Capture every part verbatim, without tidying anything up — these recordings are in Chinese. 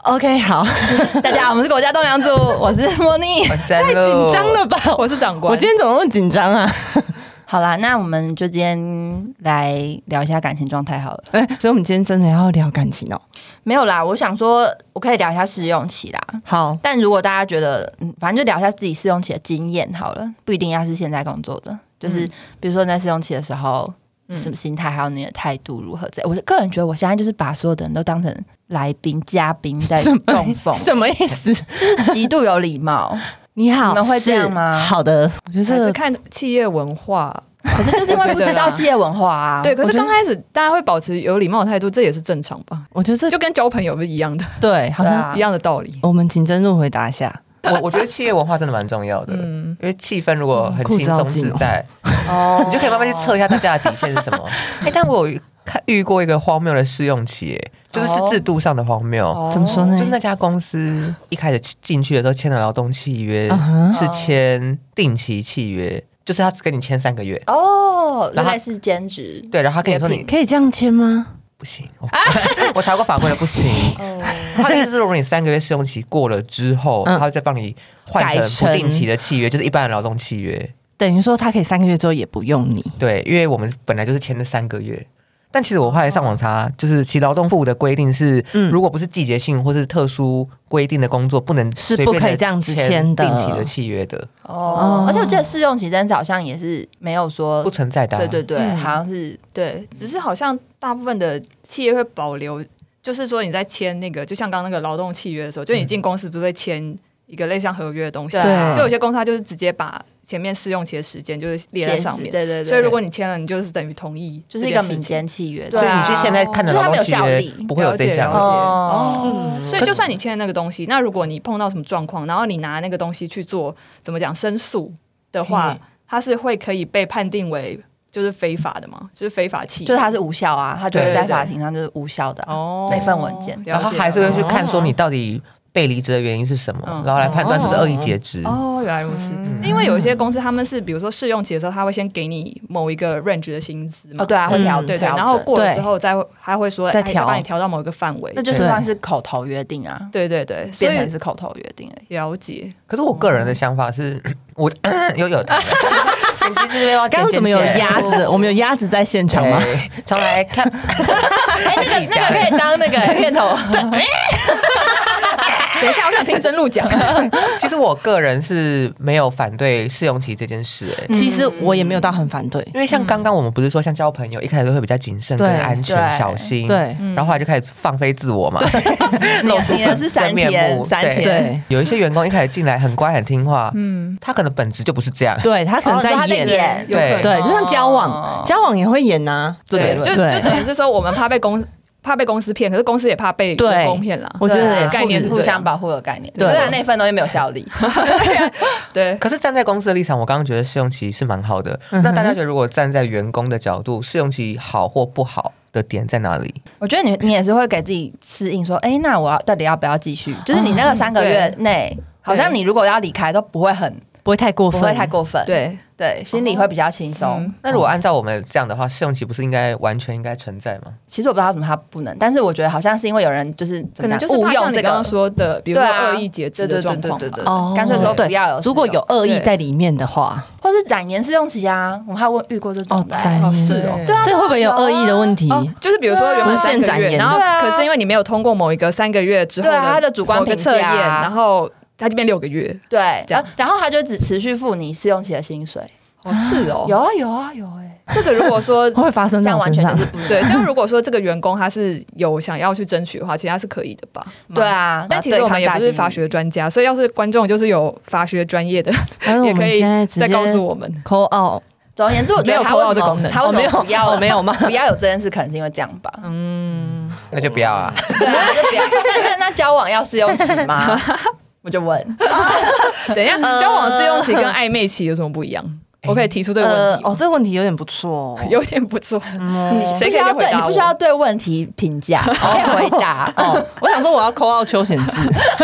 OK， 好， 大家好，我们是国家栋梁组，我是莫妮， 太紧张了吧？ 我是长官， 我今天怎么那么紧张啊？ 好啦，那我们就今天来聊一下感情状态好了。 哎、欸，所以我们今天真的要聊感情哦？ 没有啦，我想说，我可以聊一下试用期啦。 好， 但如果大家觉得，嗯，反正就聊一下自己试用期的经验好了，不一定要是现在工作的，就是比如说在试用期的时候。什么心态，还有你的态度如何？我个人觉得，我现在就是把所有的人都当成来宾、嘉宾在供奉， 什么意思？ 就是极度有礼貌。 你好， 你们会这样吗？ 好的，我觉得还是看企业文化。 可是就是因为不知道企业文化啊。 对，可是刚开始大家会保持有礼貌的态度，这也是正常吧？ 我觉得这就跟交朋友是一样的， 对，好像一样的道理。 我们请真入回答一下。 我我觉得企业文化真的蛮重要的，嗯，因为气氛如果很轻松自在， 哦， 你就可以慢慢去测一下大家的底线是什么。哎、欸，但我有看遇过一个荒谬的试用期，就是是制度上的荒谬。 哦、 怎么说呢？ 就是那家公司一开始进去的时候签的劳动契约、uh-huh. 是签定期契约，就是他只跟你签三个月。 哦，原来是兼职。 对，然后他跟你说你可以这样签吗？ 不行，我, 我查过法规的不行。他的意思是，如果你三个月试用期过了之后，嗯、他会再帮你换成不定期的契约，就是一般的劳动契约。 等于说，他可以三个月之后也不用你。 对，因为我们本来就是签的三个月。但其实我后来上网查，就是其劳动部的规定是、嗯，如果不是季节性或是特殊规定的工作，不能是不可以这样子签的定期的契约的。 哦，而且我记得试用期真的好像也是没有说不存在的、啊。 对对对、嗯，好像是对，只是好像大部分的企业会保留，就是说你在签那个，就像刚刚那个劳动契约的时候，就你进公司不是会签一个类似像合约的东西， 对， 就有些公司它就是直接把前面试用期的时间就是列在上面， 对对对， 所以如果你签了，你就是等于同意， 就是一个民间契约， 所以你去现在看的劳动契约不会有这项哦、嗯。所以就算你签的那个东西，那如果你碰到什么状况，然后你拿那个东西去做怎么讲申诉的话、嗯，它是会可以被判定为就是非法的嘛，就是非法契约， 就是它是无效啊，它就是在法庭上就是无效的、啊、哦那份文件， 然后还是会去看说你到底。被离职的原因是什么、嗯？然后来判断是不是恶意解职。 哦，原来如此、嗯。因为有一些公司他们是，比如说试用期的时候，他会先给你某一个 range 的薪资嘛。 哦，对啊，会调、嗯， 对对。然后过了之后再，他会说再调， 帮你调到某一个范围。 那就是算是口头约定啊。 对对对， 变成是口头约定而已。 了解。 可是我个人的想法是，我有有的。 刚刚怎么有鸭子？我们有鸭子在现场吗？ 常来看。 哎、欸，那个那个可以当那个片頭。 等一下，我想听真露讲。 其实我个人是没有反对试用期这件事、欸， 其实我也没有到很反对， 因为像刚刚我们不是说像交朋友，一开始都会比较谨慎跟安全小心， 对， 然后后来就开始放飞自我嘛， 露出真面目， 三天，对， 有一些员工一开始进来很乖很听话，嗯，他可能本质就不是这样， 对他可能在演， 演对对，就像交往，交往也会演呐， 对，就就等于是说我们怕被公。怕被公司骗，可是公司也怕被员工骗啦。 我觉得也概念是互相保护的概念。 对， 虽然那份东西没有效力。 对， 可是站在公司的立场，我刚刚觉得试用期是蛮好的。嗯、那大家觉得，如果站在员工的角度，试用期好或不好的点在哪里？ 我觉得你你也是会给自己适应，说，哎、欸，那我要到底要不要继续？就是你那个三个月内、嗯，好像你如果要离开，都不会很不会太过分， 不会太过分。 对。 对，心里会比较轻松、 嗯。 那如果按照我们这样的话，试用期不是应该完全应该存在吗？ 其实我不知道为什么它不能，但是我觉得好像是因为有人就是可能就是误用你刚刚说的，比如说恶意解职的状况， 对对对对，干脆说不要有。 如果有恶意在里面的话， 或是展延试用期啊，我们还有遇过这种的。 哦， 是哦， 对啊， 这会不会有恶意的问题？ 就是比如说原本三个月，然后可是因为你没有通过某一个三个月之后的他的主观评价， 然后他就变六个月， 对，这样，然后他就只持续付你试用期的薪水。 哦，是哦， 有啊有啊有哎、欸， 这个如果说会发生在我身上， 对，就如果说这个员工他是有想要去争取的话，其实他是可以的吧？ 对啊， 但其实我们也不是法学专家，所以要是观众就是有法学专业的，也可以再告诉我们。 call out， 总而言之，我觉得他为什么他为什么不要没有吗？ 不要有这件事，可能是因为这样吧。 嗯， 那就不要啊。 对啊，那就不要。那那交往要试用期吗？我就问。 等一下，交往试用期跟暧昧期有什么不一样？我可以提出这个问题、 呃、哦，这个问题有点不错、哦， 有点不错。 嗯、你谁可以回答？你不需要对问题评价，你可以回答。 哦，我想说我要 call out邱显智，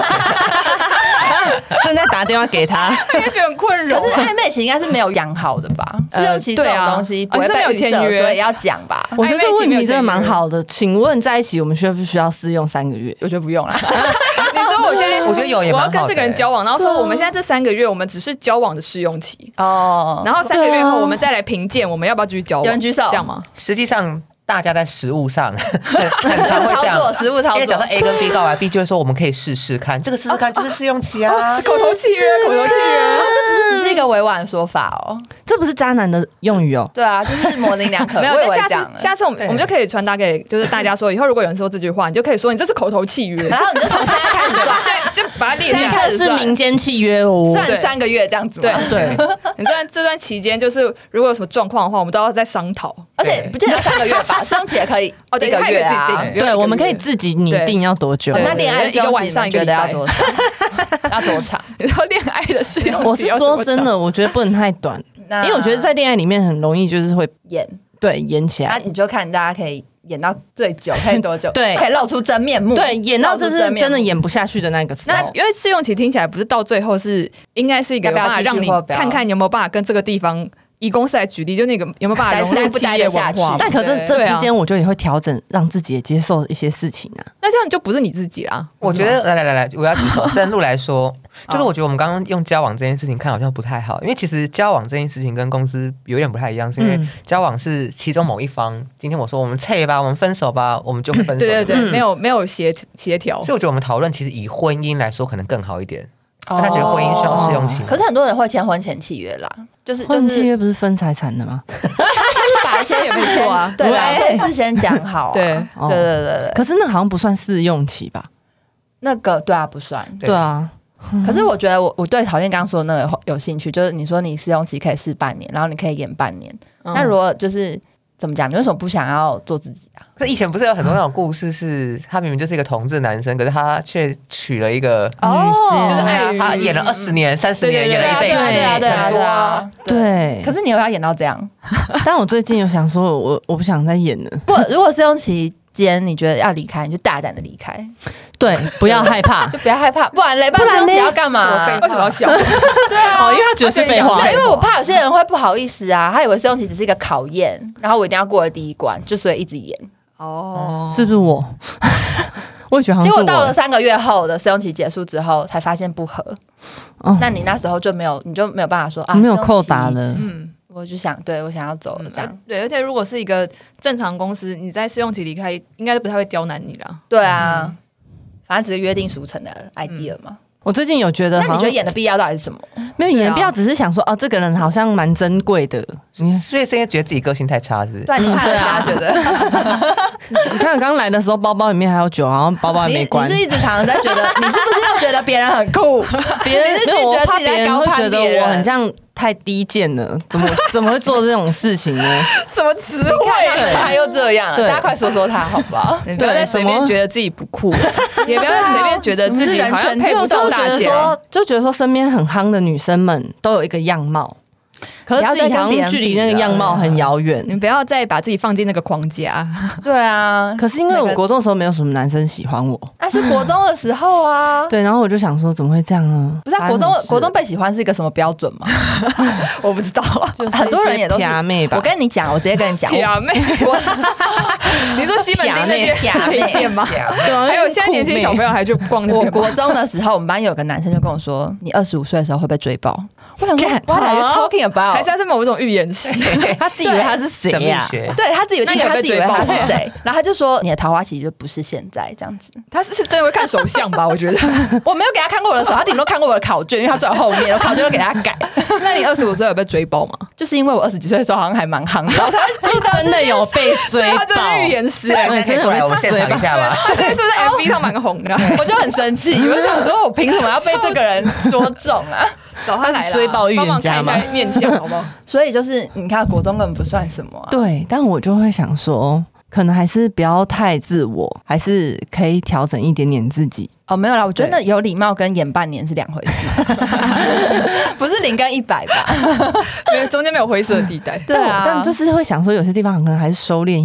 正在打电话给他， 他也觉得很困扰。 可是暧昧期应该是没有讲好的吧？试用期这种东西不会被预设，所以要讲吧？ 我觉得这个问题真的蛮好的。请问在一起我们需不需要试用三个月？ 我觉得不用啦。 说我现在我觉得有也蛮好的我要跟这个人交往，然后说我们现在这三个月我们只是交往的试用期哦， 然后三个月后我们再来评鉴我们要不要继续交往。 有人举手， 这样吗？ 实际上。大家在实务上很常会这样， 实务操作， 因为假设 A 跟 B 告白 ，B 就会说我们可以试试看，这个试试看就是试用期啊， 口头契约，口头契约， 这不是一个委婉的说法哦， 这不是渣男的用语哦。 对啊，就是模棱两可。 没有， 我下次下次我们我们就可以传达给就是大家说，以后如果有人说这句话，你就可以说你这是口头契约， 然后你就从现在开始算， 现在就把它列进来，这是民间契约哦， 算三个月这样子。 对对， 你这段这段期间就是如果有什么状况的话，我们都要再商讨， 而且不见得三个月吧，试用期也可以。 哦，对，他也可以自己定， 对，我们可以自己拟定要多久。 那恋爱一个晚上一个礼拜要多长？要多长？ 你说恋爱的试用期， 我是说真的，我觉得不能太短，因为我觉得在恋爱里面很容易就是会演， 对，演起来。 那你就看大家可以演到最久，可以多久？ 对， 可以露出真面目。 对，演到就是真的演不下去的那个时候。 那因为试用期听起来不是到最后是应该是一个有办法让你看看有没有办法跟这个地方。以公司来举例，就那个有没有办法融入企业文化？ 但可是这之间，我就也会调整，让自己也接受一些事情啊。 那这样就不是你自己啦。 我觉得，来来来来，我要举手。正路来说，就是我觉得我们刚刚用交往这件事情看好像不太好，因为其实交往这件事情跟公司有点不太一样，是因为交往是其中某一方。今天我说我们拆吧，我们分手吧，我们就会分手。 对对对，没有没有协协调。 所以我觉得我们讨论其实以婚姻来说可能更好一点。但他觉得婚姻需要试用期， 可是很多人会签婚前契约啦，就是婚前契约不是分财产的吗？ 就是把一些也没错啊， 对，把一些事先讲好。对对对对。 可是那好像不算试用期吧？ 那个对啊，不算。 对啊。 可是我觉得我我对讨厌刚刚说的那个有兴趣，就是你说你试用期可以试半年，然后你可以演半年，那如果就是怎么讲？你为什么不想要做自己啊？ 可以前不是有很多那种故事，是他明明就是一个同志男生，可是他却娶了一个哦， 就是爱他演了二十年、三十年，演了一辈子， 对啊，对啊，对啊， 对。 可是你又要演到这样， 但我最近有想说，我我不想再演了。 不，如果试用期间你觉得要离开，你就大胆的离开， 对，不要害怕， 就不要害怕，不然嘞，不然你要干嘛？ 为什么要笑？ 对啊， 哦，因为他觉得是废话， 因为我怕有些人会不好意思啊，他以为试用期只是一个考验，然后我一定要过了第一关，就所以一直演。 哦， 是不是我？我也觉得好像是我。 结果到了三个月后的试用期结束之后，才发现不合。哦，那你那时候就没有，你就没有办法说啊， 没有扣打了。 嗯，我就想，对我想要走了这样、嗯。 对，而且如果是一个正常公司，你在试用期离开，应该不太会刁难你啦。 对啊，嗯、反正只是约定俗成的 idea 嘛。嗯， 我最近有觉得， 那你觉得演的必要到底是什么？ 没有演的必要，只是想说，哦，这个人好像蛮珍贵的。 所以是因为觉得自己个性太差，是不是？ 对，你怕人家觉得。 你看我刚来的时候，包包里面还有酒，然后包包也没关。 你是一直常常在觉得，你是不是又觉得别人很酷？ 别人没有， 我怕别人会觉得我很像太低贱了，怎么怎么会做这种事情呢？ 什么词汇？他又这样，大家快说说他好不好？ 你不要再随便觉得自己不酷，也不要再随便觉得自己好像配不上大家。 就觉得说身边很夯的女生们都有一个样貌。可是自己好像距离那个样貌很遥远， 你不要再把自己放进那个框架。 对啊， 可是因为我国中的时候没有什么男生喜欢我， 那是国中的时候啊。 对，然后我就想说怎么会这样呢？ 不是国中，国中被喜欢是一个什么标准吗？ 我不知道， 很多人也都是撇妹吧。 我跟你讲，我直接跟你讲， 撇妹。你说西门町那些饰品店吗？对啊，还有现在年轻小朋友还去逛那边。 我国中的时候，我们班有个男生就跟我说：“你二十五岁的时候会被追爆。”我想说 ，What are you talking about？ 还像是某种预言师， 他自己以为他是谁呀？ 对他自己以为他自己以为他是谁，然后他就说你的桃花期就不是现在这样子。 他是真的会看手相吧？我觉得我没有给他看过我的手，他顶多看过我的考卷，因为他坐在后面，我考卷都给他改。 那你二十五岁有被追爆吗？ 就是因为我二十几岁的时候好像还蛮夯的，然后他就真的有被追爆。 他真的预言师， 真的我们现场一下吧。 他现在是不是 M V 上蛮红的？ 我就很生气，我就想说我凭什么要被这个人说中啊？ 找他来追爆预言家吗？ 面相好不好？ 所以就是你看，国中根本不算什么啊。 对，但我就会想说，可能还是不要太自我，还是可以调整一点点自己。 哦，没有啦，我觉得有礼貌跟演半年是两回事，不是零跟一百吧？ 没有，中间没有灰色地带。 对啊， 但就是会想说，有些地方可能还是收敛一点。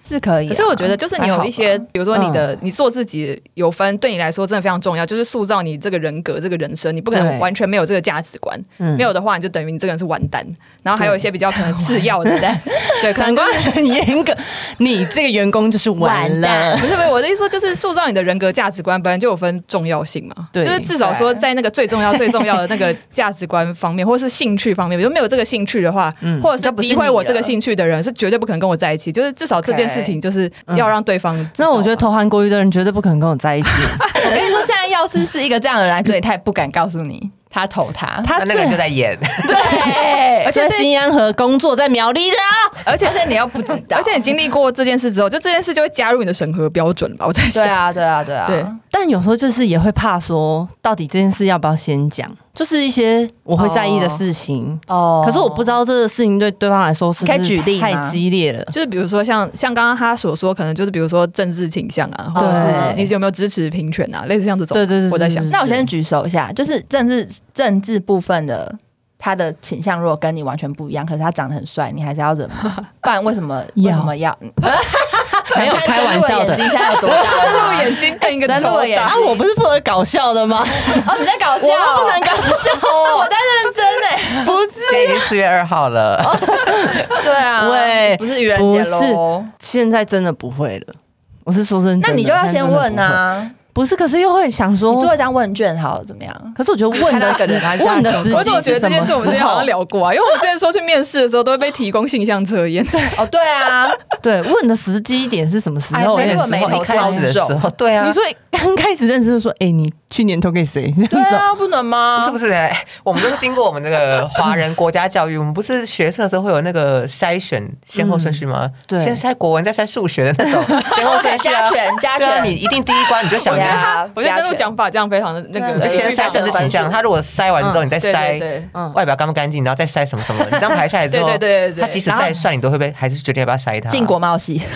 是可以、啊。 可是我觉得，就是你有一些，比如说你的、嗯、你做自己有分，对你来说真的非常重要，就是塑造你这个人格、这个人生，你不可能完全没有这个价值观，没有的话，你就等于你这个人是完蛋。然后还有一些比较可能次要的，对，可能长官很严格，你这个员工就是完了。 不是不是，我的意思说，就是塑造你的人格价值观本来就有分重要性嘛，对，就是至少说在那个最重要最重要的那个价值观方面，或是兴趣方面，比如没有这个兴趣的话，嗯、或者是诋毁我这个兴趣的人，是绝对不可能跟我在一起。就是至少这件事情就是要让对方、嗯。 那我觉得投韩国瑜的人绝对不可能跟我在一起。 我跟你说，现在要是是一个这样的人来追，他也不敢告诉你。他投他， 他那个人就在演， 对， 而且在新安和工作在苗栗的， 而且你又不知道， 而且你经历过这件事之后，就这件事就会加入你的审核标准吧。我在想， 对啊，对啊，对啊， 对。但有时候就是也会怕说，到底这件事要不要先讲？就是一些我会在意的事情哦。可是我不知道这个事情对对方来说是不是太激烈了。 就是比如说像像刚刚他所说，可能就是比如说政治倾向啊，或者是你有没有支持平权啊，类似像这种。 对对对， 我在想。 那我先举手一下，就是政治政治部分的。他的倾向如果跟你完全不一样，可是他长得很帅，你还是要忍吗？不然为什么为什么要？ 没有开玩笑的， 眼睛现在有多大？ 真的眼睛瞪一个球眼啊！我不是负责搞笑的吗？ 哦，你在搞笑， 我不能搞笑哦， 我在认真哎， 不是， 今天已经四月二号了。 对啊， 喂， 不是愚人节喽， 现在真的不会了。我是说真的， 那你就要先问啊。 不是，可是又会想说， 你做一张问卷好了怎么样？ 可是我觉得问的时问的时机， 我怎么觉得这件事我们之前好像聊过啊？因为我们之前说去面试的时候都会被提供性向测验。 哦，对啊， 对，问的时机点是什么时候？ 哎，没头开始的时候，对啊。 你说刚开始认识说，哎，你去年投给谁？ 对啊，不能吗？ 是不是？我们都是经过我们那个华人国家教育，我们不是学测的时候会有那个筛选先后顺序吗？对，先筛国文，再筛数学的那种先后顺序啊。 加权加权， 你一定第一关你就想一下，我觉得这种讲法这样非常的那个， 就先筛政治倾向。他如果筛完之后，你再筛外表干不干净，然后再筛什么什么，你这样排下来之后， 对对对， 他即使再帅，你都会被还是决定要不要筛他。 进国贸系。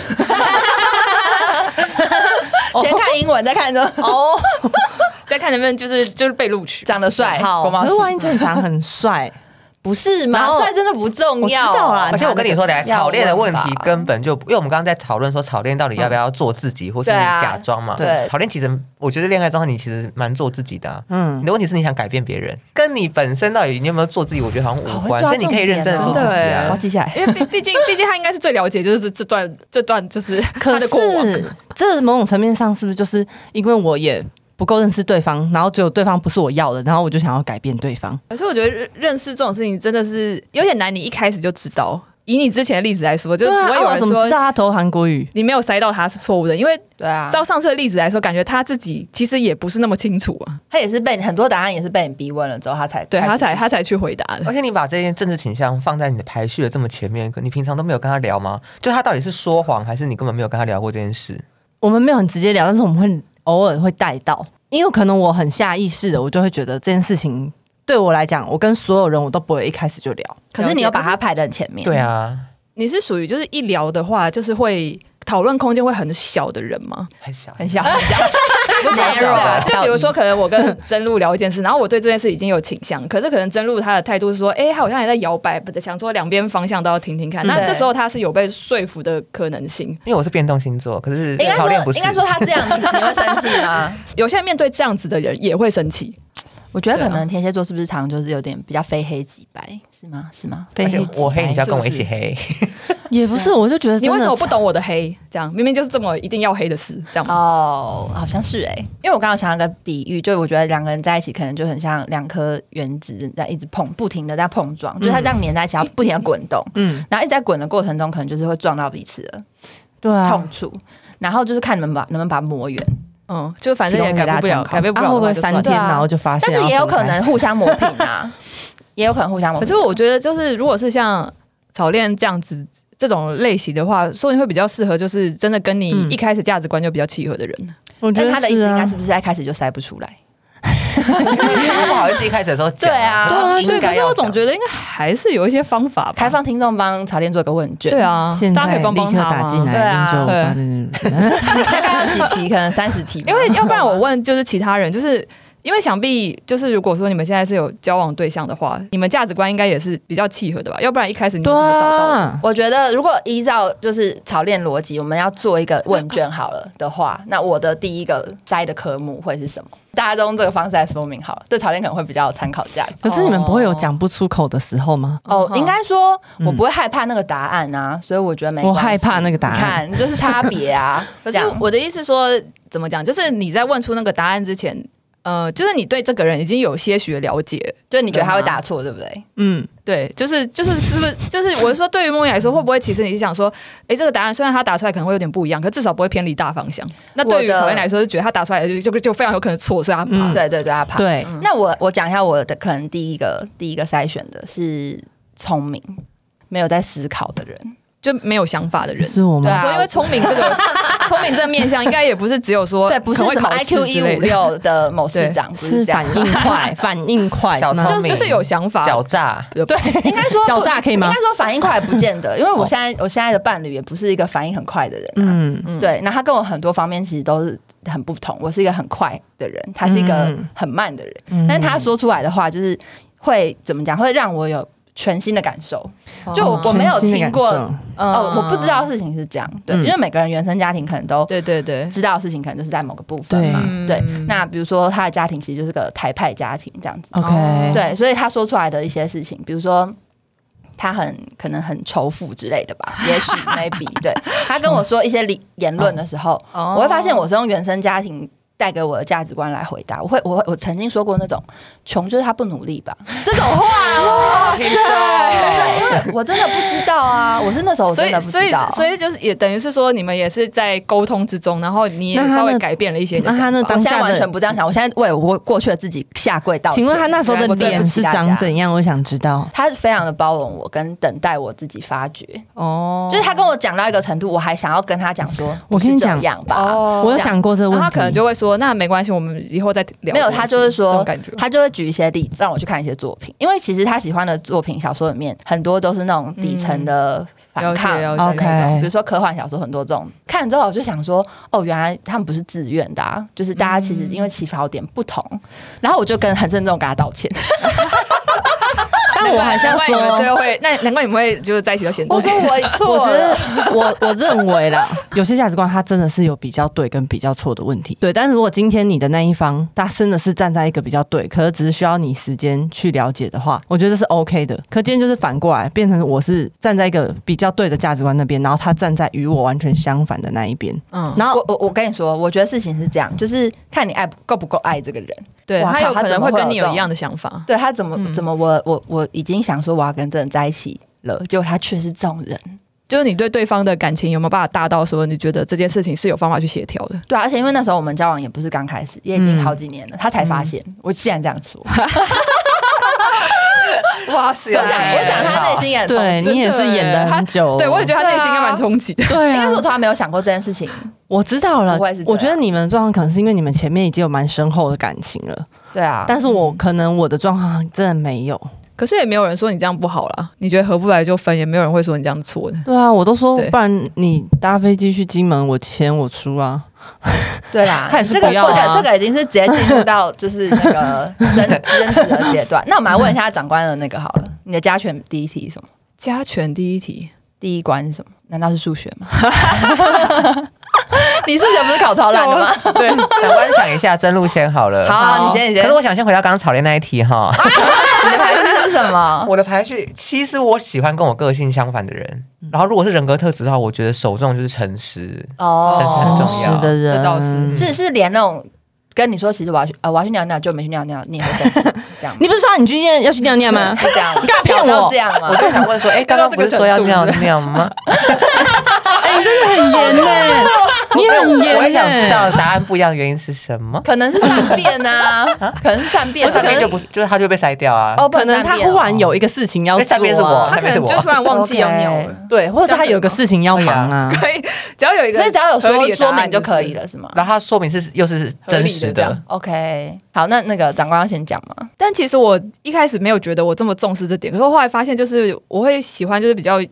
先看英文，再看中哦，再看能不能就是就是被录取， 长得帅。 好，可是万一真的长很帅， 不是吗？帅真的不重要。 我知道啦， 而且我跟你说，等下炒练的问题根本就，因为我们刚刚在讨论说炒练到底要不要做自己，或是假装嘛。 对， 炒练其实我觉得恋爱状态你其实蛮做自己的。嗯，你的问题是你想改变别人，跟你本身到底你有没有做自己，我觉得好像无关，所以你可以认真的做自己啊。 我记下来， 因为毕毕竟毕竟他应该是最了解，就是这段这段就是他的过往。 这某种层面上是不是就是因为我也不够认识对方，然后只有对方不是我要的，然后我就想要改变对方。 可是我觉得认识这种事情真的是有点难，你一开始就知道。以你之前的例子来说，就不会有人说、啊、 怎么知道他投韩国瑜， 你没有塞到他是错误的，因为对啊， 照上次的例子来说，感觉他自己其实也不是那么清楚啊。 他也是被很多答案也是被你逼问了之后，他才对他才他才去回答的。 而且你把这件政治倾向放在你的排序的这么前面，你平常都没有跟他聊吗？就他到底是说谎，还是你根本没有跟他聊过这件事？ 我们没有很直接聊，但是我们会偶尔会带到，因为可能我很下意识的，我就会觉得这件事情对我来讲，我跟所有人我都不会一开始就聊。 可是你又把它排得很前面。 对啊， 你是属于就是一聊的话，就是会讨论空间会很小的人吗？ 很小， 很小，很小。 就比如说，可能我跟真露聊一件事，然后我对这件事已经有倾向，可是可能真露他的态度是说，哎、欸，他好像也在摇摆，想说两边方向都要听听看。嗯、那这时候他是有被说服的可能性， 因为我是变动星座，可是应该说应该说他这样，你你会生气吗？ 有些人面对这样子的人也会生气。 我觉得可能天蝎座是不是常就是有点比较非黑即白，是吗？是吗？ 非黑我黑，你就要跟我一起黑。 也不是，我就觉得你为什么不懂我的黑？这样明明就是这么一定要黑的事，这样哦，好像是哎、欸，因为我刚刚想了个比喻，就我觉得两个人在一起可能就很像两颗原子在一直碰，不停的在碰撞，嗯、就是它这样黏在一起，要不停的滚动，嗯，然后一直在滚的过程中，可能就是会撞到彼此的， 对啊， 痛处，然后就是看你们把能不能把它磨圆。 嗯，就反正也改变不了，改变不了、啊， 会不会三天然后就发现？ 但是也有可能互相磨平啊，也有可能互相磨平、啊。 可是我觉得，就是如果是像早恋这样子这种类型的话，说不定会比较适合，就是真的跟你一开始价值观就比较契合的人。嗯、 我觉得、啊、 他的意思应该是不是在开始就筛不出来？ 他不好意思一开始的时候讲， 对啊， 对，可是我总觉得应该还是有一些方法吧。 开放听众帮曹练做个问卷， 对啊，大家可以帮帮他打进来， 对啊， 对， 大概要几题？可能三十题， 因为要不然我问就是其他人，就是因为想必就是如果说你们现在是有交往对象的话，你们价值观应该也是比较契合的吧？要不然一开始你怎么找到的？ 啊、我觉得如果依照就是炒链逻辑，我们要做一个问卷好了的话，那我的第一个筛的科目会是什么？大家都用这个方式来说明好了，对炒链可能会比较有参考价值。 可是你们不会有讲不出口的时候吗？ 哦，应该说我不会害怕那个答案啊，嗯、所以我觉得没关系。 我害怕那个答案， 你看就是差别啊。 可是我的意思说，怎么讲？就是你在问出那个答案之前。呃，就是你对这个人已经有些许的了解， 就是你觉得他会答错，对不对？ 嗯，对，就是就是是不是就是我是说，对于莫妮来说，会不会其实你是想说，哎，这个答案虽然他答出来可能会有点不一样，可至少不会偏离大方向。那对于曹燕来说，是觉得他答出来就就就非常有可能错，所以他怕。 嗯、对对对，他怕。 对， 嗯、那我我讲一下我的可能第一个第一个筛选的是聪明，没有在思考的人。 就没有想法的人是我吗？ 对啊， 因为聪明这个聪明这个面向，应该也不是只有说对，不是什么 I Q 一五六的某市长， 是反应快，反应快， 小聪明就是有想法， 狡诈， 对， 应该说狡诈可以吗？ 应该说反应快不见得，因为我现在我现在的伴侣也不是一个反应很快的人、啊，嗯，对，那他跟我很多方面其实都是很不同。我是一个很快的人，他是一个很慢的人，嗯、但是他说出来的话就是会怎么讲，会让我有全新的感受，就 我,、哦、我没有听过，哦，我不知道事情是这样，对，嗯、因为每个人原生家庭可能都对对对知道的事情可能就是在某个部分嘛，对。对那比如说他的家庭其实就是个台派家庭这样子 ，OK， 对，所以他说出来的一些事情，比如说他很可能很仇富之类的吧，也许 maybe 对他跟我说一些言论的时候，哦、我会发现我是用原生家庭带给我的价值观来回答。我会，我我曾经说过那种穷就是他不努力吧，这种话哦，对，因为我真的不知道啊，我是那时候我真的不知道， 所以所以所以就是也等于是说你们也是在沟通之中，然后你也稍微改变了一些你的想法。 那他那当下我现在完全不这样想，我现在为我过去的自己下跪道歉。 请问他那时候的脸是长怎样？我想知道。 他非常的包容我，跟等待我自己发掘。哦，就是他跟我讲到一个程度，我还想要跟他讲说， 我跟你讲吧，哦、 我有想过这个问题， 他可能就会说，那没关系，我们以后再聊。 没有，他就是说，他就会举一些例子让我去看一些作品，因为其实他喜欢的作品小说里面很多都是那种底层的反抗， 嗯、OK， 比如说科幻小说很多这种，看了之后我就想说，哦，原来他们不是自愿的、啊，就是大家其实因为起跑点不同，嗯、然后我就跟很郑重跟他道歉。 但我还是要说， 最后会那难怪你们会就是在一起到现在。 我说我错了， 我觉得我我认为啦，有些价值观它真的是有比较对跟比较错的问题。对，但是如果今天你的那一方他真的是站在一个比较对，可是只是需要你时间去了解的话，我觉得是 OK 的。可今天就是反过来，变成我是站在一个比较对的价值观那边，然后他站在与我完全相反的那一边。嗯，然后我我我跟你说，我觉得事情是这样，就是看你爱够不够爱这个人。 对，他有可能会跟你有一样的想法。 对他怎么、嗯、怎么我我我已经想说我要跟这人在一起了，结果他却是这种人。 就是你对对方的感情有没有办法大到说你觉得这件事情是有方法去协调的？ 对啊，而且因为那时候我们交往也不是刚开始，也已经好几年了，嗯、他才发现、嗯、我竟然这样说。 哇塞！ 我想，我想他内心也很对你也是演了很久， 对我也觉得他内心应该蛮冲击的。 对啊， 应该是我从来没有想过这件事情。 我知道了，我觉得你们的状况可能是因为你们前面已经有蛮深厚的感情了。 对啊， 但是我可能我的状况真的没有。 可是也没有人说你这样不好啦，你觉得合不来就分，也没有人会说你这样错的。 对啊，我都说不然你搭飞机去金门，我钱我出啊。 对啦， 还是不要啊、 这个这个已经是直接进入到就是那个争争执的阶段。那我们来问一下长官的那个好了，你的加权第一题是什么？ 加权第一题， 第一关是什么？难道是数学吗？你数学不是考超烂的吗？ 对， 长官想一下，真路先好了。 好，好你先，你先。 可是我想先回到刚刚草恋那一题哈。 你的排序是什么？ 我的排序其实我喜欢跟我个性相反的人，然后如果是人格特质的话，我觉得首重就是诚实。哦，诚实很重要。 诚实的人， 这倒是是是连那种。跟你说，其实我要去呃，我要去尿尿，就没去尿尿，你也会这样。 你不是说你今天要去尿尿吗？ 是这样， 你干嘛骗我？ 这样吗？ 我就想问说，哎、欸，刚刚不是说要尿尿吗？ 哎、欸，你真的很严呢、欸，你很严、欸。 我也想知道答案不一样的原因是什么？ 可能是善变啊，可能是善变， 善变就不是，就是他就被筛掉啊。 哦，可能他忽然有一个事情要做、啊， 善变是我， 他可能就突然忘记要尿了， okay. 对，或者是他有一个事情要忙啊。 可以，只要有一个， 所以只要有说说明就可以了，是吗？ 然后他说明是又是真实的 ，OK。好，那那个长官要先讲吗？ 但其实我一开始没有觉得我这么重视这点，可是我后来发现，就是我会喜欢，就是比较就是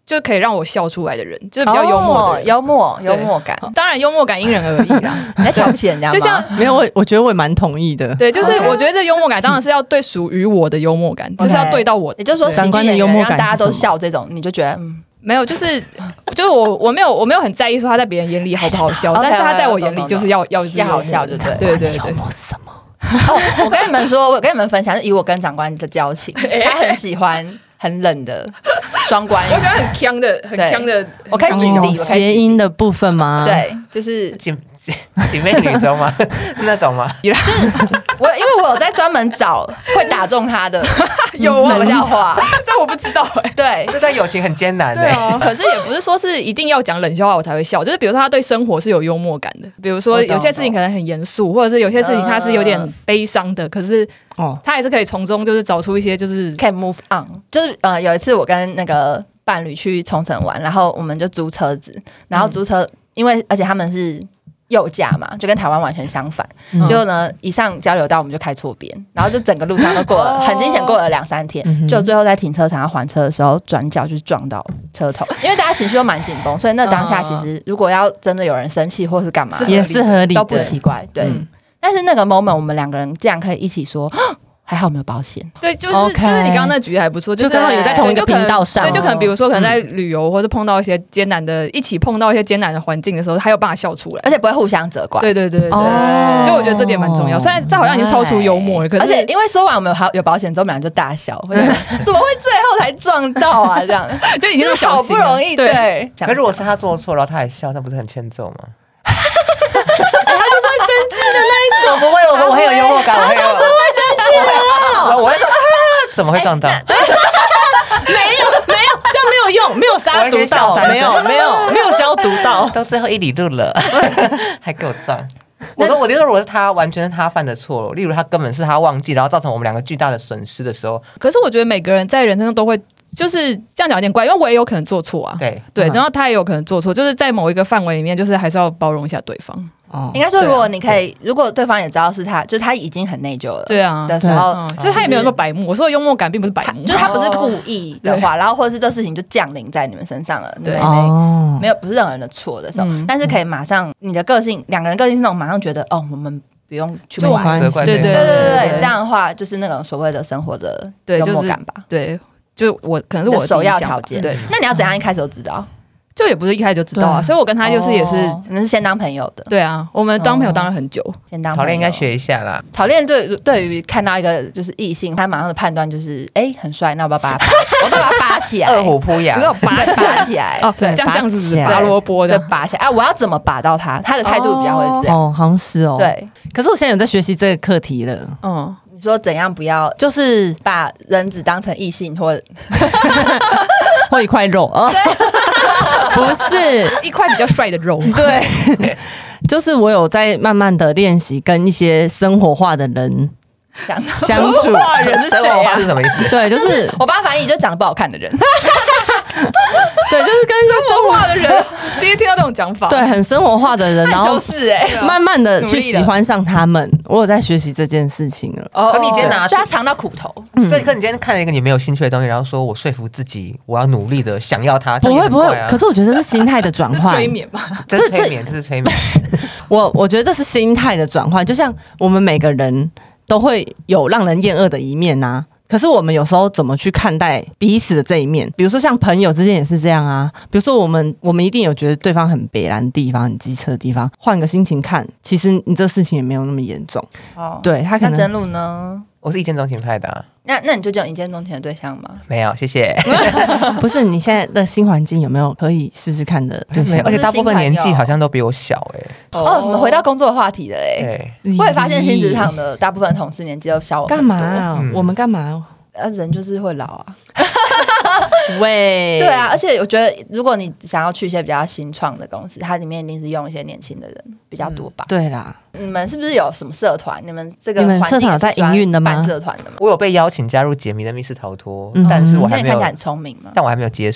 就可以让我笑出来的人，就是比较幽默的人、 哦、幽默幽默感。 当然幽默感因人而异啦。 你在瞧不起人家吗？ 就像没有，我我觉得我也蛮同意的。 对，就是我觉得这幽默感当然是要对属于我的幽默感，就是要对到我。 也就是说，喜剧演员让大家都笑这种，你就觉得嗯。 没有，就是就是我我没有我没有很在意说他在别人眼里好不好笑，但是他在我眼里就是要要要好笑，对对对对对。 幽默什么？ 哦，我跟你们说，我跟你们分享，以我跟长官的交情，他很喜欢很冷的双关语， 我觉得很呛的，很呛的。 我可以举例， 谐音的部分吗？ 对，就是姐姐妹女中吗？是那种吗？ 就是我，因为我有在专门找会打中他的有冷笑话， 这我不知道哎。 对， 这段友情很艰难的。 对啊，可是也不是说是一定要讲冷笑话我才会笑，就是比如说他对生活是有幽默感的，比如说有些事情可能很严肃，或者是有些事情他是有点悲伤的，可是哦，他也是可以从中就是找出一些就是可以 move on。就是呃，有一次我跟那个伴侣去冲绳玩，然后我们就租车子，然后租车，因为而且他们是右驾嘛，就跟台湾完全相反。嗯、结果呢，一上交流道我们就开错边，然后就整个路上都过了，很惊险，过了两三天。嗯、就最后在停车场要还车的时候，转角就撞到车头，因为大家情绪都蛮紧绷，所以那当下其实如果要真的有人生气或是干嘛， 也是合理的， 都不奇怪。对，嗯、但是那个 moment 我们两个人这样可以一起说。还好没有保险， 对，就是、okay, 就是你刚刚那举例还不错，就是刚好也在同一个频道上， 对，就可能比如说可能在旅游、嗯、或是碰到一些艰难的，一起碰到一些艰难的环境的时候，还有办法笑出来， 而且不会互相责怪。 对对对对对，哦、所以我觉得这点蛮重要。虽然这好像已经超出幽默了，可是而且因为说完我们有有保险之后，我们俩就大笑，怎么会最后才撞到啊？这样就已经是好不容易。对， 可是如果是他做错，然后他还笑，那不是很欠揍吗？ 他就是会生气的那一种， 我不会，我我很有幽默感，我很有。 我我会说啊，怎么会撞到？没有没有，这样没有用，没有杀毒到，没有没有没有消毒到， 到最后一里路了，还给我撞。我说，我觉得如果是他，完全是他犯的错，例如他根本是他忘记，然后造成我们两个巨大的损失的时候。 可是我觉得每个人在人生中都会。就是这样讲有点怪，因为我也有可能做错啊， 对对，然后他也有可能做错，就是在某一个范围里面，就是还是要包容一下对方。 哦，应该说，如果你可以，如果对方也知道是他，就是他已经很内疚了， 对啊的时候， 嗯、就是他也没有那么白目。我说的幽默感并不是白目， 就是他不是故意的话，然后或者是这事情就降临在你们身上了，对， 哦、 没有不是任何人的错的时候，嗯、但是可以马上你的个性，两个人个性是那种马上觉得哦，我们。不用去管， 对对对对对，这样的话就是那种所谓的生活的幽默感吧， 对。就我可能是我的首要条件， 对。 那你要怎样一开始就知道？ 就也不是一开始就知道啊，所以我跟他就是也是， 你们是先当朋友的， 对啊，我们当朋友当了很久， 先当曹练应该学一下啦。 曹练对对于看到一个就是异性，他马上的判断就是哎很帅，那我要把他，我要把他拔起来， 二虎扑羊， 拔拔起来， 哦，对，这样这样子拔萝卜的， 拔起来啊！我要怎么拔到他？他的态度比较会这样， 哦，好像是哦， 对。 可是我现在有在学习这个课题了， 嗯。说怎样不要，就是把人只当成异性或或一块肉啊？不是一块比较帅的肉， 对，就是我有在慢慢的练习跟一些生活化的人相处。 生活化人是谁啊？是什么意思？ 对，就是我帮他翻译，就长得不好看的人。 对，就是跟一些生活化的人，第一听到这种讲法， 对，很生活化的人，然后是哎， 慢慢的去喜欢上他们。我有在学习这件事情了。 可你今天拿出他尝到苦头， 对，可你今天看了一个你没有兴趣的东西，然后说我说服自己，我要努力的想要它， 不会不会。可是我觉得这是心态的转换， 催眠吧？ 这是催眠，这是催眠。 我我觉得这是心态的转换，就像我们每个人都会有让人厌恶的一面啊。可是我们有时候怎么去看待彼此的这一面？比如说像朋友之间也是这样啊。比如说我们我们一定有觉得对方很北蓝的地方、很机车的地方，换个心情看，其实你这事情也没有那么严重。哦，对他可能。 那真路呢？ 我是一见钟情派的、啊。 那那你就叫一见钟情的对象吗？ 没有，谢谢。 不是，你现在的新环境有没有可以试试看的对象？ 而且大部分年纪好像都比我小哎、 欸。哦，我们回到工作的话题了哎、欸。我也发现新职场的大部分同事年纪都小我很多。 干嘛啊？嗯、我们干嘛？ 呃，人就是会老啊。 喂， 对啊，而且我觉得，如果你想要去一些比较新创的公司，它里面一定是用一些年轻的人比较多吧？ 嗯、对啦， 你们是不是有什么社团？你们这个你们社团有在营运的吗？ 办社团的吗？ 我有被邀请加入解谜的密室逃脱，嗯、但是我还没有。 因为看起来很聪明嘛， 但我还没有接受。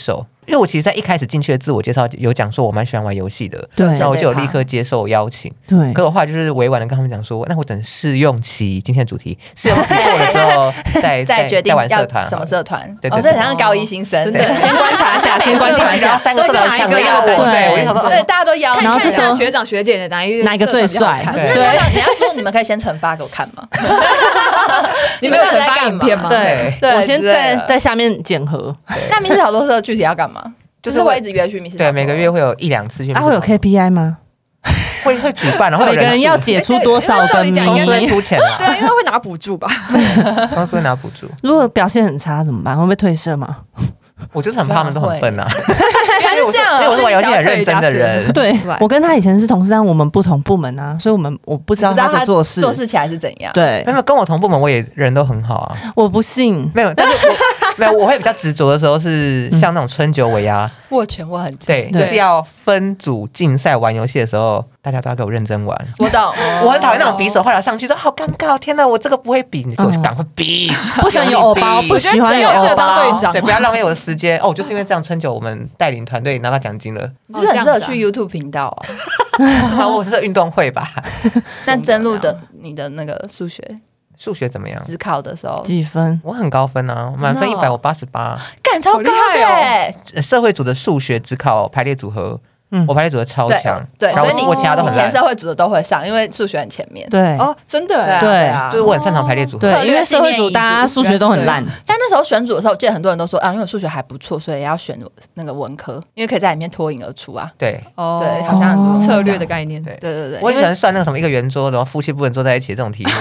因为我其实在一开始进去的自我介绍有讲说我蛮喜欢玩游戏的， 对然后我就有立刻接受邀请。 对， 可我后来就是委婉的跟他们讲说，那我等试用期，今天的主题试用期过了之后再再决定玩社团什么社团。 对对哦，这好像高一新生， 真的先观察一下，先观察一下， 三个社团抢着要我，对，我就想说， 对，大家都邀， 然后这时候学长学姐的哪一哪一个最帅？ 对， 你要说你们可以先惩罚给我看吗？ 你们有惩罚影片吗？ 对，我先在在下面检核。 那密室逃脱社具体要干嘛？就是会一直约去密室逃脱， 对，每个月会有一两次去。 啊，会有 K P I 吗？ 会会举办，然后每个人要解出多少个谜？ 公司会出钱啦。 对啊，因为会拿补助吧。 公司会拿补助。 如果表现很差怎么办？会不会退社吗？ 我就是很怕他们都很笨啊。 原来是这样， 因为我是玩游戏很认真的人。 对，我跟他以前是同事，但我们不同部门啊，所以我们我不知道他的做事做事起来是怎样。 对， 没有跟我同部门，我也人都很好啊。 我不信， 没有，但是我没有，我会比较执着的时候是像那种春酒尾牙， 握拳握很对，就是要分组竞赛玩游戏的时候，大家都要给我认真玩。 我懂， 我很讨厌那种比手画脚上去说好尴尬，天哪，我这个不会比，你给我赶快比。 不喜欢有偶包，不喜欢有偶包， 队长对，不要浪费我的时间。哦，就是因为这样，春酒我们带领团队拿到奖金了。 你是不是很适合去 YouTube 频道啊？ 是吗？我是运动会吧？ 那真路的你的那个数学数学怎么样？ 只考的时候几分？ 我很高分啊，满分一百，我八十八， 干超高的。 社会组的数学只考排列组合。嗯，我排列组的超强， 对， 然后我其他都很烂。 填社会组的都会上，因为数学很前面。 对， 哦，真的， 对啊， 就是我很擅长排列组合。 对，因为社会组大家数学都很烂。 但那时候选组的时候，我记得很多人都说啊，因为我数学还不错，所以要选那个文科，因为可以在里面脱颖而出啊。 对， 哦， 对，好像很多策略的概念。 对对对对， 我很喜欢算那个什么一个圆桌，然后夫妻不能坐在一起这种题目。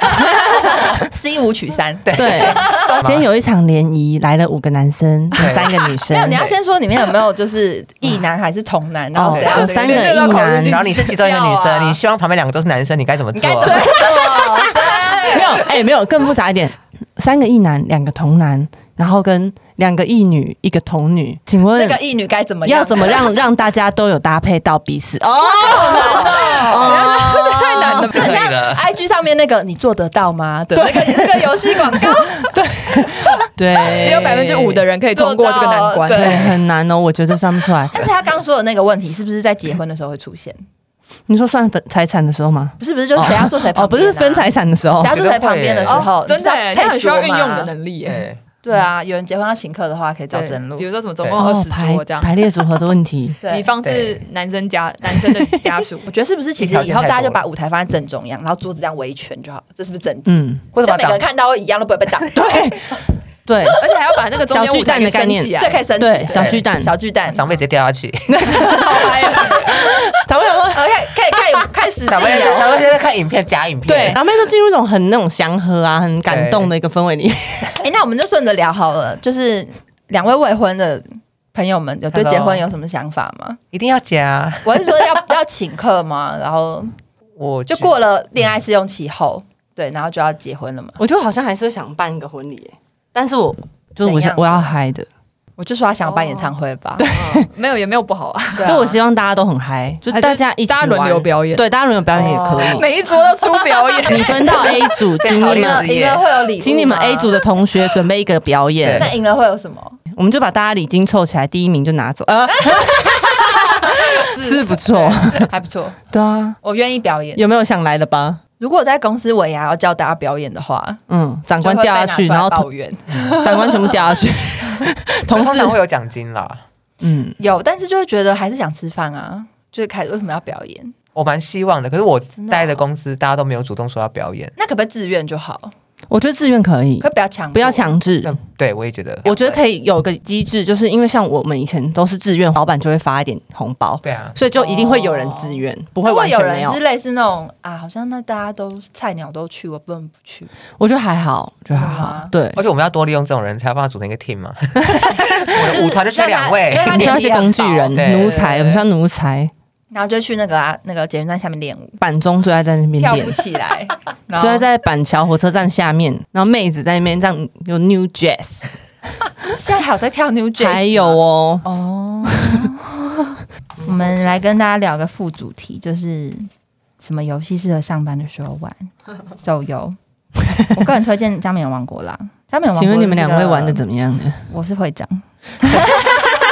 C 五取三， 对。今天有一场联谊，来了五个男生，三个女生。 没有，你要先说里面有没有就是异男还是同男，然后谁要有三个异男， 然后你是其中一个女生，你希望旁边两个都是男生，你该怎么做？ 你该怎么做？ 没有，哎，没有，更复杂一点，三个异男，两个同男，然后跟两个异女，一个同女。请问那个异女该怎么样？ 要怎么让让大家都有搭配到彼此？哦， 哦，太难了， 可以了。 I G 上面那个你做得到吗？的那个那个游戏广告， 对对， 只有百分之五的人可以通过这个难关， 对，很难哦，我觉得算不出来。 但是他刚说的那个问题，是不是在结婚的时候会出现？ 你说算分财产的时候吗？ 不是不是，就是谁要坐谁旁边？ 哦，不是分财产的时候， 谁要坐谁旁边的时候， 真的，他很需要运用的能力耶。 对啊，有人结婚要请客的话，可以找真路。 比如说什么总共二十桌这样， 排列组合的问题， 几方是男生家男生的家属。 我觉得是不是其实以后大家就把舞台放在正中央，然后桌子这样围一圈就好，这是不是正经？ 嗯， 或者把每个人看到都一样，都不会被挡。 对。对， 而且还要把那个小巨蛋的概念， 对，可以升起， 对，小巨蛋， 小巨蛋， 长辈直接掉下去。 长辈说， 可以可以看看实际， 长辈长辈就在看影片假影片， 对，长辈都进入一种很那种祥和啊、很感动的一个氛围里。 哎，那我们就顺着聊好了，就是两位未婚的朋友们，有对结婚有什么想法吗？ 一定要加。 我是说要要请客吗？然后我就过了恋爱试用期后，对，然后就要结婚了嘛。 我就好像还是想办一个婚礼，但是我就是我想我要嗨的， 我就说他想办演唱会吧， 对， 没有也没有不好啊， 就我希望大家都很嗨，就大家一起大家轮流表演， 对，大家轮流表演也可以， 每一桌都出表演， 你分到 A 组，请你们赢了会有礼物， 请你们 A 组的同学准备一个表演， 那赢了会有什么？ 我们就把大家礼金凑起来，第一名就拿走，呃，是不错， 还不错， 对啊， 我愿意表演， 有没有想来的吧？ 如果在公司尾牙要叫大家表演的话， 嗯，长官掉下去，然后抱怨， 长官全部掉下去， 同事会有奖金啦， 嗯，有，但是就会觉得还是想吃饭啊，就是开始为什么要表演？ 我蛮希望的，可是我待的公司大家都没有主动说要表演， 那可不可以自愿就好？ 我觉得自愿可以， 可不要强， 不要强制。 对，我也觉得， 我觉得可以有个机制，就是因为像我们以前都是自愿，老板就会发一点红包， 对啊， 所以就一定会有人自愿，不会完全没有。 有人是类似那种啊，好像那大家都菜鸟都去，我不能不去。 我觉得还好，我觉得还好。对， 而且我们要多利用这种人才帮他组成一个 team 嘛。我的舞团就缺两位， 我们需要一些工具人、奴才，我们需要奴才。 然后就去那个啊，那个捷运站下面练舞， 板中最爱在那边跳不起来， 最爱在板桥火车站下面，然后妹子在那边这样有 New Jazz， 现在还有在跳 New Jazz， 还有哦哦。我们来跟大家聊个副主题，就是什么游戏适合上班的时候玩？手游，我个人推荐《家没有王国》啦。家没有王国， 请问你们两位玩的怎么样呢？ 我是会长。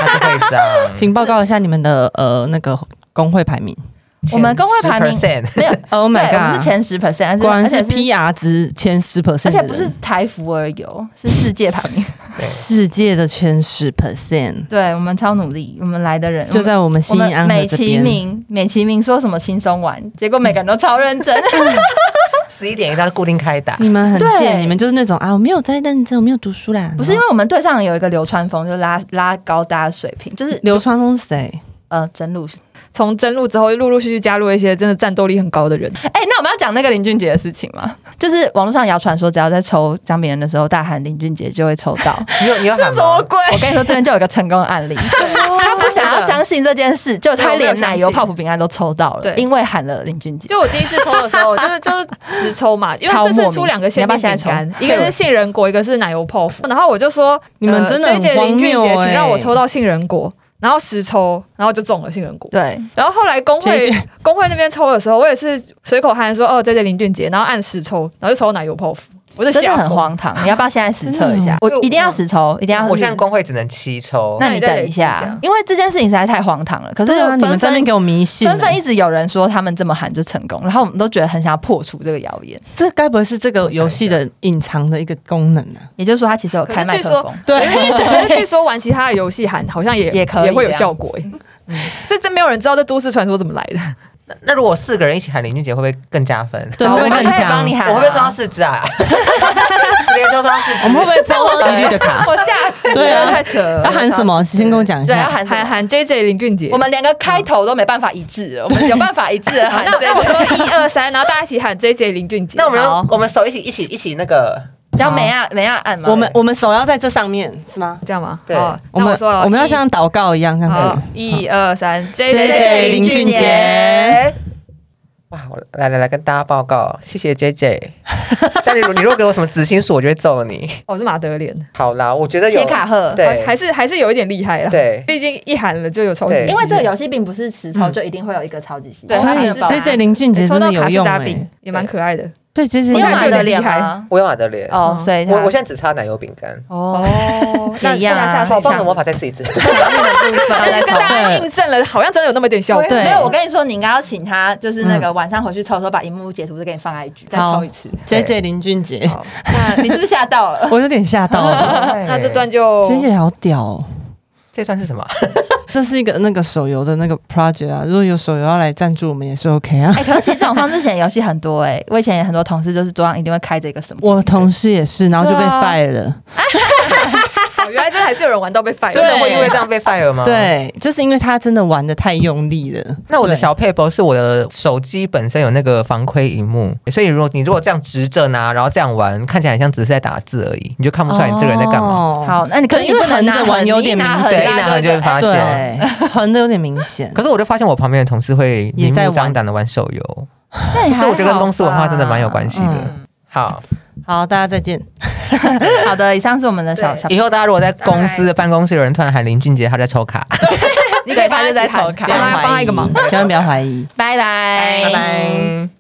他是会长。 请报告一下你们的呃那个工会排名。 我们工会排名没有 ，Oh my god， 对，我们是前十 percent， 果然是 P R 值前十 percent， 而且不是台服而已，是世界排名， 世界的前十 percent。 对，我们超努力，我们来的人就在我们新义安和美这边。 其名，美其名说什么轻松玩，结果每个人都超认真。 十一点一到固定开打， 你们很对贱，你们就是那种啊，我没有在认真，我没有读书啦。 不是因为我们队上有一个流川枫，就拉拉高大家水平，就是流川枫是谁？ 呃真路。 从真路之后，陆陆续续加入一些真的战斗力很高的人。 哎、那我们要讲那个林俊杰的事情吗？就是网络上谣传说，只要在抽姜饼人的时候大喊林俊杰，就会抽到。 你有你有喊吗？ 什么鬼？我跟你说，这边就有一个成功的案例。他不想要相信这件事，就他连奶油泡芙饼干都抽到了， 对， 因为喊了林俊杰。 就我第一次抽的时候，就是就是实抽嘛，因为这次出两个限定饼干，一个是杏仁果，一个是奶油泡芙。然后我就说， 你们真的很荒谬哎、 请让我抽到杏仁果。然后实抽，然后就中了杏仁果。 对， 然后后来工会工会那边抽的时候，我也是随口喊说哦，这这林俊杰，然后按实抽，然后就抽奶油泡芙。我就真的很荒唐，你要不要现在实测一下？我一定要实抽，一定要。 我现在工会只能七抽， 那你等一下，因为这件事情实在太荒唐了。可是啊、你们这边给我迷信， 纷纷一直有人说他们这么喊就成功，然后我们都觉得很想要破除这个谣言。 这该不会是这个游戏的隐藏的一个功能啊？ 也就是说，他其实有开麦克风。 对， 可是据说玩其他的游戏喊好像也也可以也会有效果哎。嗯，这真没有人知道这都市传说怎么来的。 那, 那如果四个人一起喊林俊杰，会不会更加分？ 对，会不会更强？ 帮你喊， 我会不会抽到四只啊？十连抽到四只， 我们会不会抽到几率的卡？ 我吓死！ 对啊， 太扯了。 要喊什么？先跟我讲一下。 对，要喊喊喊 J J 林俊杰。 我们连个开头都没办法一致，我们有办法一致的喊。 那我说一二三，然后大家一起喊 J J 林俊杰。 那我们我们手一起一起一起那个。 要每样每样按吗？ 我们我们手要在这上面是吗？ 这样吗？ 对， 我们我们要像祷告一样这样子。 一二三 ，J J 林俊杰。 哇，我来来来跟大家报告，谢谢 J J。但你你如果给我什么紫星数，我就会揍你。 哦，是马德莲。 好啦，我觉得有谢卡赫， 对， 还是还是有一点厉害啦。 对， 毕竟一喊了就有超级。 因为这个游戏并不是实抽就一定会有一个超级系， 对，所以 J J 林俊杰真的有用哎， 也蛮可爱的。 对，其实你有马德莲吗？ 我有马德莲哦，所以我我现在只差奶油饼干哦，也一样啊。 好棒的魔法再试一次， 跟大家印证了，好像真的有那么点效果。 没有，我跟你说，你应该要请他，就是那个晚上回去抽的时候，把荧幕截图再给你放 I G， 再抽一次。 J J 林俊杰， 那你是不是吓到了？ 我有点吓到了。 那这段就 J J 好屌哦。 这段是什么？ 这是一个那个手游的那个 project 啊，如果有手游要来赞助我们也是 OK 啊。 哎、欸，可是其实这种方式前游戏很多哎、欸，我以前也很多同事就是桌上一定会开着一个什么， 我同事也是，然后就被 fire 了。 哦，原来真的还是有人玩到被 fire， 真的会因为这样被 fire 吗？ 对，就是因为他真的玩的太用力了。 那我的小配包是我的手机本身有那个防窥荧幕，所以如果你如果这样直着拿，然后这样玩，看起来很像只是在打字而已，你就看不出来你这个人在干嘛。 哦、好，那你可是你不能横着玩有点明显， 一拿横就会发现， 横的有点明显。 可是我就发现我旁边的同事会明目张胆的玩手游，所以我觉得跟公司文化真的蛮有关系的。嗯、好。 好，大家再见。 好的，以上是我们的小小。 以后大家如果在公司的办公室有人突然喊林俊杰，他在抽卡， 你可以帮他在抽卡，帮他帮他一个忙， 千万不要怀疑。 拜拜， 拜拜。